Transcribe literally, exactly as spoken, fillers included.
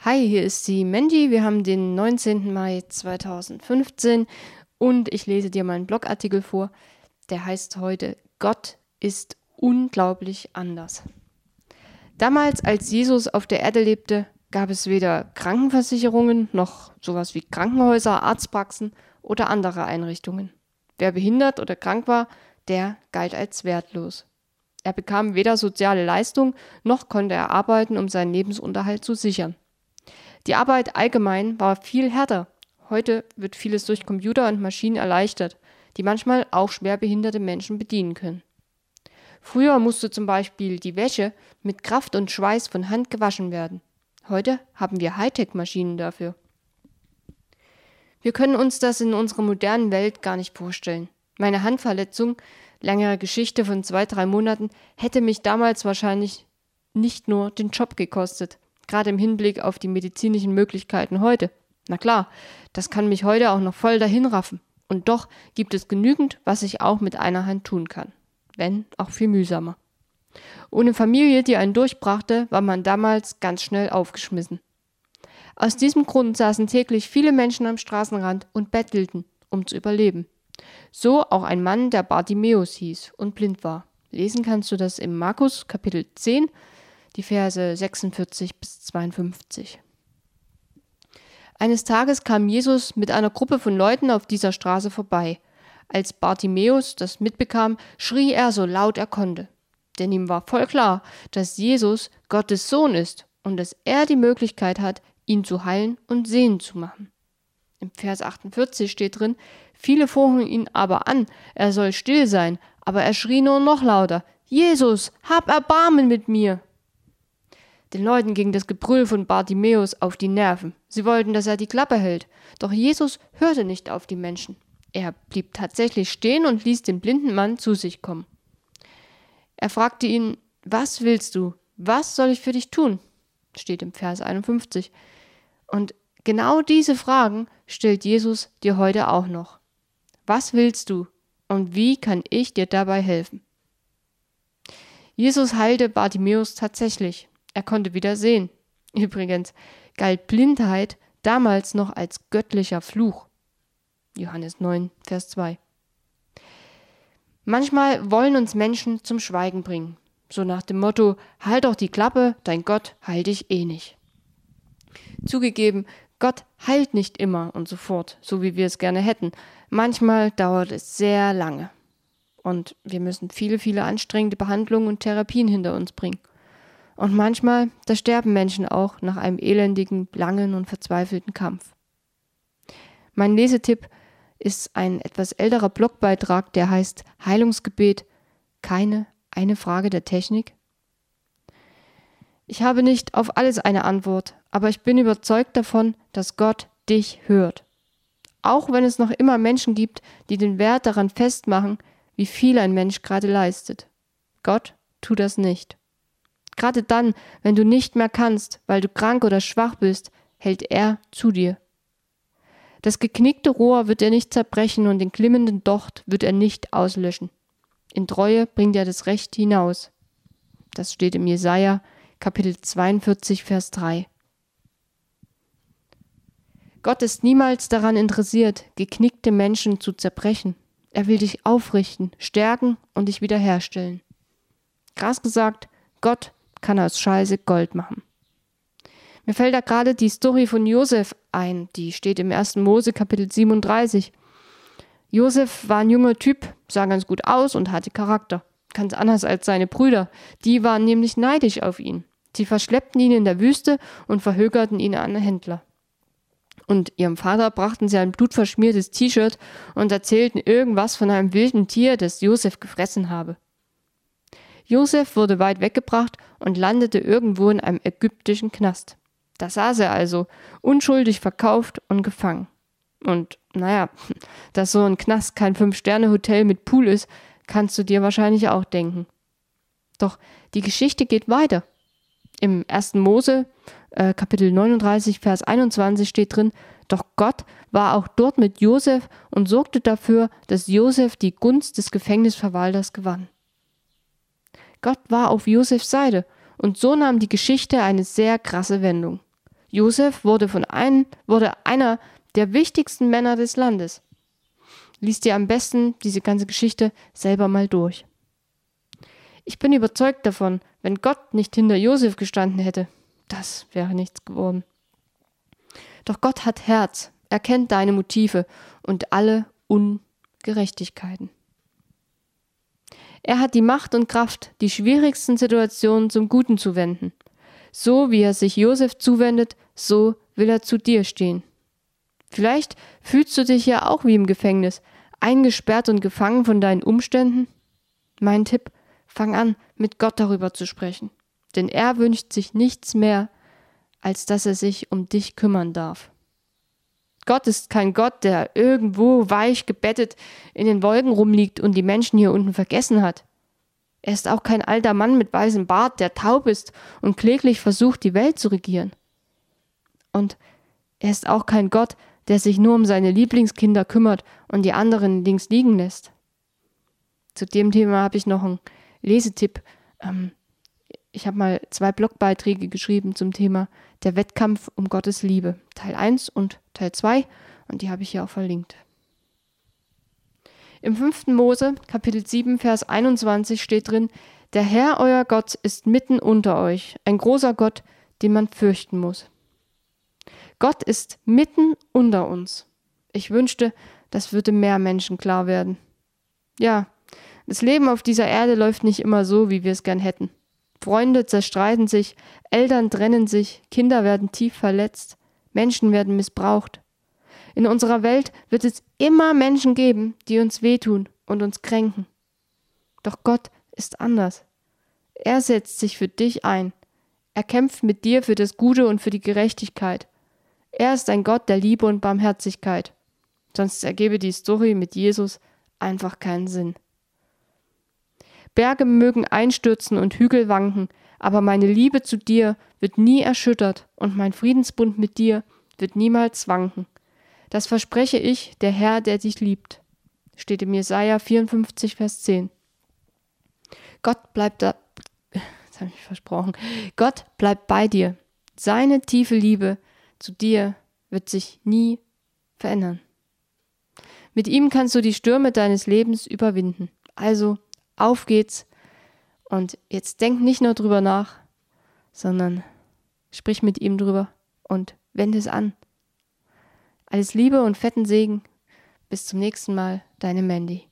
Hi, hier ist die Mandy. Wir haben den neunzehnten Mai zweitausendfünfzehn und ich lese dir meinen Blogartikel vor. Der heißt heute Gott ist unglaublich anders. Damals, als Jesus auf der Erde lebte, gab es weder Krankenversicherungen noch sowas wie Krankenhäuser, Arztpraxen oder andere Einrichtungen. Wer behindert oder krank war, der galt als wertlos. Er bekam weder soziale Leistung, noch konnte er arbeiten, um seinen Lebensunterhalt zu sichern. Die Arbeit allgemein war viel härter. Heute wird vieles durch Computer und Maschinen erleichtert, die manchmal auch schwerbehinderte Menschen bedienen können. Früher musste zum Beispiel die Wäsche mit Kraft und Schweiß von Hand gewaschen werden. Heute haben wir Hightech-Maschinen dafür. Wir können uns das in unserer modernen Welt gar nicht vorstellen. Meine Handverletzung, längere Geschichte von zwei, drei Monaten, hätte mich damals wahrscheinlich nicht nur den Job gekostet. Gerade im Hinblick auf die medizinischen Möglichkeiten heute. Na klar, das kann mich heute auch noch voll dahin raffen. Und doch gibt es genügend, was ich auch mit einer Hand tun kann. Wenn auch viel mühsamer. Ohne Familie, die einen durchbrachte, war man damals ganz schnell aufgeschmissen. Aus diesem Grund saßen täglich viele Menschen am Straßenrand und bettelten, um zu überleben. So auch ein Mann, der Bartimäus hieß und blind war. Lesen kannst du das im Markus Kapitel zehn, die Verse sechsundvierzig bis zweiundfünfzig. Eines Tages kam Jesus mit einer Gruppe von Leuten auf dieser Straße vorbei. Als Bartimäus das mitbekam, schrie er so laut er konnte. Denn ihm war voll klar, dass Jesus Gottes Sohn ist und dass er die Möglichkeit hat, ihn zu heilen und sehend zu machen. Im Vers achtundvierzig steht drin, viele fuhren ihn aber an, er soll still sein, aber er schrie nur noch lauter, Jesus, hab Erbarmen mit mir! Den Leuten ging das Gebrüll von Bartimäus auf die Nerven. Sie wollten, dass er die Klappe hält. Doch Jesus hörte nicht auf die Menschen. Er blieb tatsächlich stehen und ließ den blinden Mann zu sich kommen. Er fragte ihn, was willst du? Was soll ich für dich tun? Steht im Vers einundfünfzig. Und genau diese Fragen stellt Jesus dir heute auch noch. Was willst du? Und wie kann ich dir dabei helfen? Jesus heilte Bartimäus tatsächlich. Er konnte wieder sehen. Übrigens galt Blindheit damals noch als göttlicher Fluch. Johannes neun, Vers zwei. Manchmal wollen uns Menschen zum Schweigen bringen. So nach dem Motto, halt doch die Klappe, dein Gott heilt dich eh nicht. Zugegeben, Gott heilt nicht immer und sofort, so wie wir es gerne hätten. Manchmal dauert es sehr lange. Und wir müssen viele, viele anstrengende Behandlungen und Therapien hinter uns bringen. Und manchmal, da sterben Menschen auch nach einem elendigen, langen und verzweifelten Kampf. Mein Lesetipp ist ein etwas älterer Blogbeitrag, der heißt Heilungsgebet, keine eine Frage der Technik. Ich habe nicht auf alles eine Antwort, aber ich bin überzeugt davon, dass Gott dich hört. Auch wenn es noch immer Menschen gibt, die den Wert daran festmachen, wie viel ein Mensch gerade leistet. Gott tut das nicht. Gerade dann, wenn du nicht mehr kannst, weil du krank oder schwach bist, hält er zu dir. Das geknickte Rohr wird er nicht zerbrechen und den glimmenden Docht wird er nicht auslöschen. In Treue bringt er das Recht hinaus. Das steht im Jesaja, Kapitel zweiundvierzig, Vers drei. Gott ist niemals daran interessiert, geknickte Menschen zu zerbrechen. Er will dich aufrichten, stärken und dich wiederherstellen. Krass gesagt, Gott kann aus Scheiße Gold machen. Mir fällt da gerade die Story von Josef ein, die steht im ersten Mose Kapitel siebenunddreißig. Josef war ein junger Typ, sah ganz gut aus und hatte Charakter. Ganz anders als seine Brüder, die waren nämlich neidisch auf ihn. Sie verschleppten ihn in der Wüste und verhökerten ihn an Händler. Und ihrem Vater brachten sie ein blutverschmiertes T-Shirt und erzählten irgendwas von einem wilden Tier, das Josef gefressen habe. Josef wurde weit weggebracht und landete irgendwo in einem ägyptischen Knast. Da saß er also, unschuldig verkauft und gefangen. Und naja, dass so ein Knast kein Fünf-Sterne-Hotel mit Pool ist, kannst du dir wahrscheinlich auch denken. Doch die Geschichte geht weiter. Im ersten Mose, äh, Kapitel neununddreißig, Vers einundzwanzig steht drin, doch Gott war auch dort mit Josef und sorgte dafür, dass Josef die Gunst des Gefängnisverwalters gewann. Gott war auf Josefs Seite und so nahm die Geschichte eine sehr krasse Wendung. Josef wurde, von ein, wurde einer der wichtigsten Männer des Landes. Lies dir am besten diese ganze Geschichte selber mal durch. Ich bin überzeugt davon, wenn Gott nicht hinter Josef gestanden hätte, das wäre nichts geworden. Doch Gott hat Herz, er kennt deine Motive und alle Ungerechtigkeiten. Er hat die Macht und Kraft, die schwierigsten Situationen zum Guten zu wenden. So wie er sich Josef zuwendet, so will er zu dir stehen. Vielleicht fühlst du dich ja auch wie im Gefängnis, eingesperrt und gefangen von deinen Umständen. Mein Tipp, fang an, mit Gott darüber zu sprechen. Denn er wünscht sich nichts mehr, als dass er sich um dich kümmern darf. Gott ist kein Gott, der irgendwo weich gebettet in den Wolken rumliegt und die Menschen hier unten vergessen hat. Er ist auch kein alter Mann mit weißem Bart, der taub ist und kläglich versucht, die Welt zu regieren. Und er ist auch kein Gott, der sich nur um seine Lieblingskinder kümmert und die anderen links liegen lässt. Zu dem Thema habe ich noch einen Lesetipp. Ähm, ich habe mal zwei Blogbeiträge geschrieben zum Thema Der Wettkampf um Gottes Liebe, Teil eins und Teil zwei, und die habe ich hier auch verlinkt. Im fünften Mose, Kapitel sieben, Vers einundzwanzig steht drin: Der Herr, euer Gott, ist mitten unter euch, ein großer Gott, den man fürchten muss. Gott ist mitten unter uns. Ich wünschte, das würde mehr Menschen klar werden. Ja, das Leben auf dieser Erde läuft nicht immer so, wie wir es gern hätten. Freunde zerstreiten sich, Eltern trennen sich, Kinder werden tief verletzt, Menschen werden missbraucht. In unserer Welt wird es immer Menschen geben, die uns wehtun und uns kränken. Doch Gott ist anders. Er setzt sich für dich ein. Er kämpft mit dir für das Gute und für die Gerechtigkeit. Er ist ein Gott der Liebe und Barmherzigkeit. Sonst ergebe die Story mit Jesus einfach keinen Sinn. Berge mögen einstürzen und Hügel wanken, aber meine Liebe zu dir wird nie erschüttert und mein Friedensbund mit dir wird niemals wanken. Das verspreche ich, der Herr, der dich liebt. Steht im Jesaja vierundfünfzig, Vers zehn. Gott bleibt da, das habe ich versprochen, Gott bleibt bei dir. Seine tiefe Liebe zu dir wird sich nie verändern. Mit ihm kannst du die Stürme deines Lebens überwinden. Also, auf geht's. Und jetzt denk nicht nur drüber nach, sondern sprich mit ihm drüber und wende es an. Alles Liebe und fetten Segen. Bis zum nächsten Mal, deine Mandy.